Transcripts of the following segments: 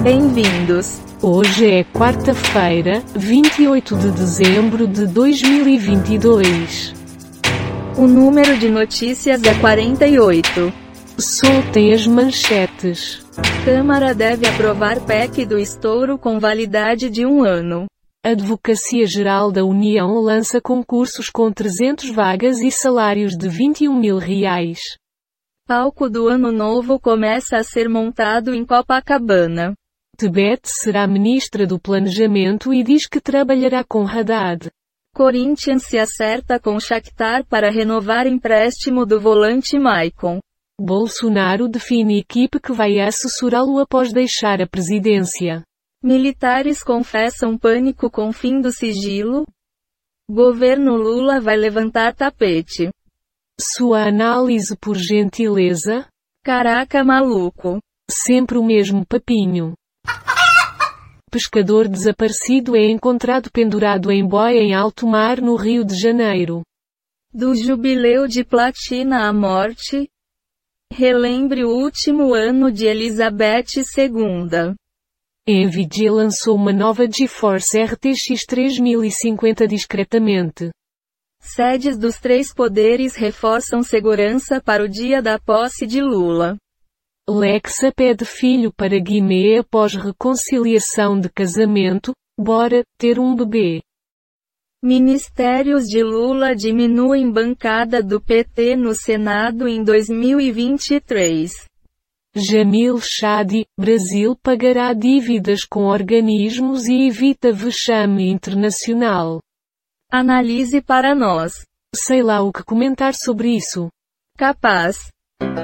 Bem-vindos! Hoje é quarta-feira, 28 de dezembro de 2022. O número de notícias é 48. Soltem as manchetes. Câmara deve aprovar PEC do estouro com validade de 1 ano. Advocacia Geral da União lança concursos com 300 vagas e salários de R$21 mil. Palco do Ano Novo começa a ser montado em Copacabana. Tebet será ministra do Planejamento e diz que trabalhará com Haddad. Corinthians se acerta com Shakhtar para renovar empréstimo do volante Maicon. Bolsonaro define equipe que vai assessorá-lo após deixar a presidência. Militares confessam pânico com fim do sigilo. Governo Lula vai levantar tapete. Sua análise, por gentileza? Caraca, maluco. Sempre o mesmo papinho. Pescador desaparecido é encontrado pendurado em boia em alto mar no Rio de Janeiro. Do jubileu de platina à morte, relembre o último ano de Elizabeth II. Nvidia lançou uma nova GeForce RTX 3050 discretamente. Sedes dos três poderes reforçam segurança para o dia da posse de Lula. Lexa pede filho para Guimê após reconciliação de casamento, bora ter um bebê. Ministérios de Lula diminuem bancada do PT no Senado em 2023. Jamil Chadi, Brasil pagará dívidas com organismos e evita vexame internacional. Analise para nós. Sei lá o que comentar sobre isso. Capaz.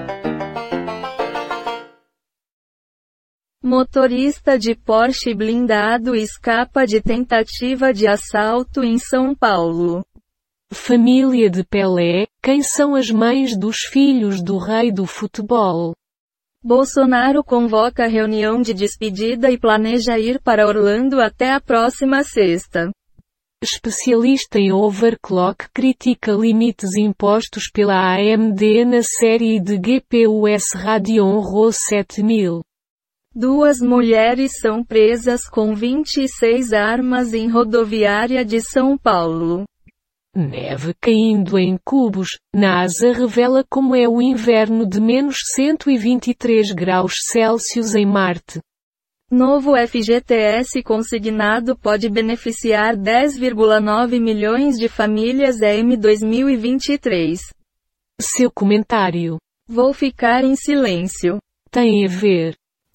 Motorista de Porsche blindado escapa de tentativa de assalto em São Paulo. Família de Pelé, quem são as mães dos filhos do rei do futebol? Bolsonaro convoca reunião de despedida e planeja ir para Orlando até a próxima sexta. Especialista em overclock critica limites impostos pela AMD na série de GPUs Radeon RO 7000. 2 mulheres são presas com 26 armas em rodoviária de São Paulo. Neve caindo em cubos, NASA revela como é o inverno de menos 123 graus Celsius em Marte. Novo FGTS consignado pode beneficiar 10,9 milhões de famílias em 2023. Seu comentário. Vou ficar em silêncio. Tem a ver.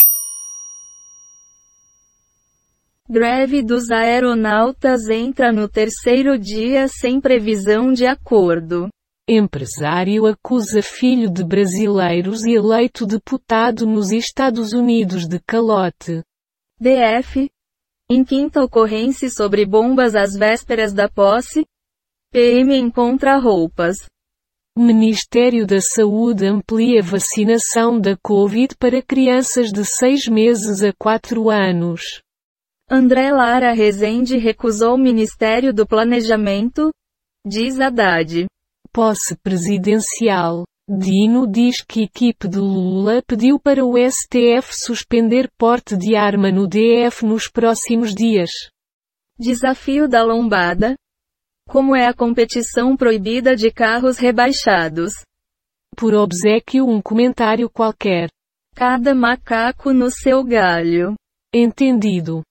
Greve dos aeronautas entra no 3º dia sem previsão de acordo. Empresário acusa filho de brasileiros e eleito deputado nos Estados Unidos de calote. DF. Em quinta ocorrência sobre bombas às vésperas da posse, PM encontra roupas. Ministério da Saúde amplia vacinação da Covid para crianças de 6 meses a 4 anos. André Lara Rezende recusou o Ministério do Planejamento, diz Haddad. Posse presidencial. Dino diz que equipe de Lula pediu para o STF suspender porte de arma no DF nos próximos dias. Desafio da lombada. Como é a competição proibida de carros rebaixados? Por obséquio um comentário qualquer. Cada macaco no seu galho. Entendido.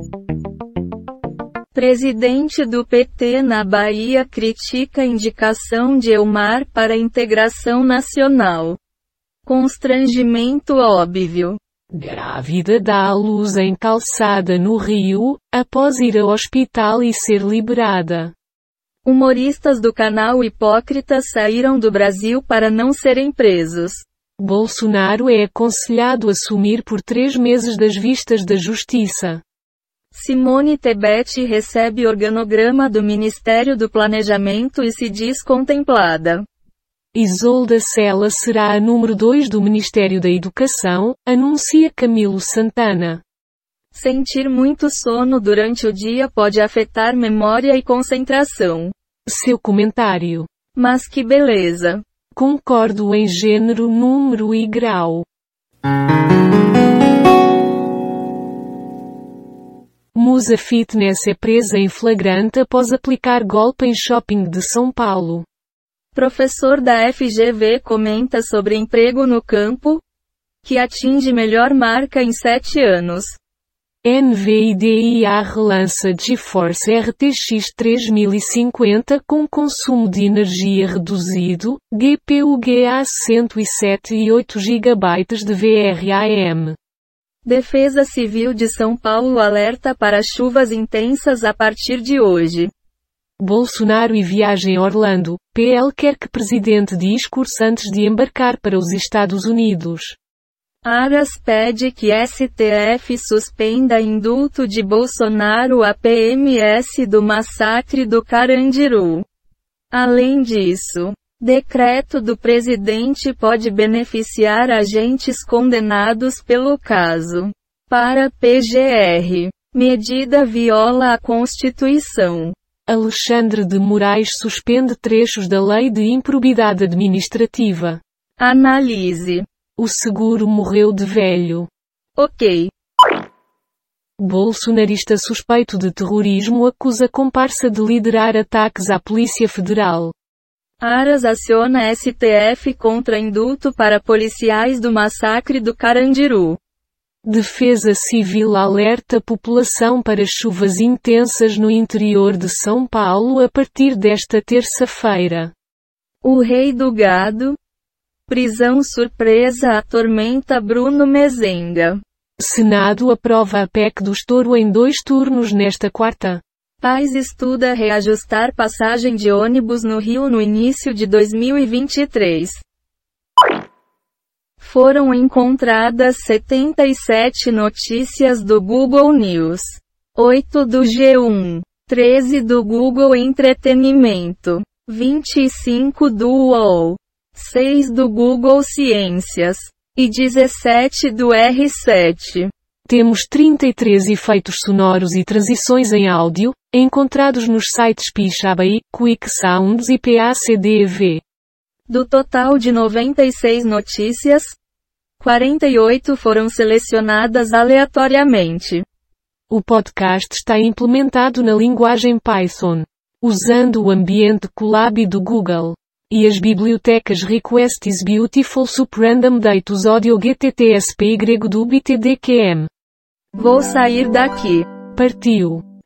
Presidente do PT na Bahia critica a indicação de Elmar para a integração nacional. Constrangimento óbvio. Grávida dá à luz em Calçada no Rio, após ir ao hospital e ser liberada. Humoristas do canal Hipócrita saíram do Brasil para não serem presos. Bolsonaro é aconselhado a sumir por 3 meses das vistas da Justiça. Simone Tebet recebe organograma do Ministério do Planejamento e se diz contemplada. Isolda Sela será a número 2 do Ministério da Educação, anuncia Camilo Santana. Sentir muito sono durante o dia pode afetar memória e concentração. Seu comentário. Mas que beleza. Concordo em gênero, número e grau. Musa Fitness é presa em flagrante após aplicar golpe em shopping de São Paulo. Professor da FGV comenta sobre emprego no campo, que atinge melhor marca em 7 anos. NVIDIA relança GeForce RTX 3050 com consumo de energia reduzido, GPU GA 107 e 8 GB de VRAM. Defesa Civil de São Paulo alerta para chuvas intensas a partir de hoje. Bolsonaro e viagem a Orlando, PL quer que presidente diga discurso antes de embarcar para os Estados Unidos. Aras pede que STF suspenda indulto de Bolsonaro à PMS do massacre do Carandiru. Além disso, decreto do presidente pode beneficiar agentes condenados pelo caso. Para PGR, medida viola a Constituição. Alexandre de Moraes suspende trechos da Lei de Improbidade Administrativa. Analise. O seguro morreu de velho. Ok. Bolsonarista suspeito de terrorismo acusa comparsa de liderar ataques à Polícia Federal. Aras aciona STF contra indulto para policiais do massacre do Carandiru. Defesa Civil alerta a população para chuvas intensas no interior de São Paulo a partir desta terça-feira. O Rei do Gado. Prisão surpresa atormenta Bruno Mezenga. Senado aprova a PEC do estouro em 2 turnos nesta quarta. Pais estuda reajustar passagem de ônibus no Rio no início de 2023. Foram encontradas 77 notícias do Google News. 8 do G1. 13 do Google Entretenimento. 25 do UOL. 6 do Google Ciências. E 17 do R7. Temos 33 efeitos sonoros e transições em áudio, encontrados nos sites Pixabay, Quick Sounds e PACDV. Do total de 96 notícias, 48 foram selecionadas aleatoriamente. O podcast está implementado na linguagem Python, usando o ambiente Colab do Google. E as bibliotecas Request is Beautiful Sup Random Datus Audio GTTSPY do BTDQM. Vou sair daqui. Partiu.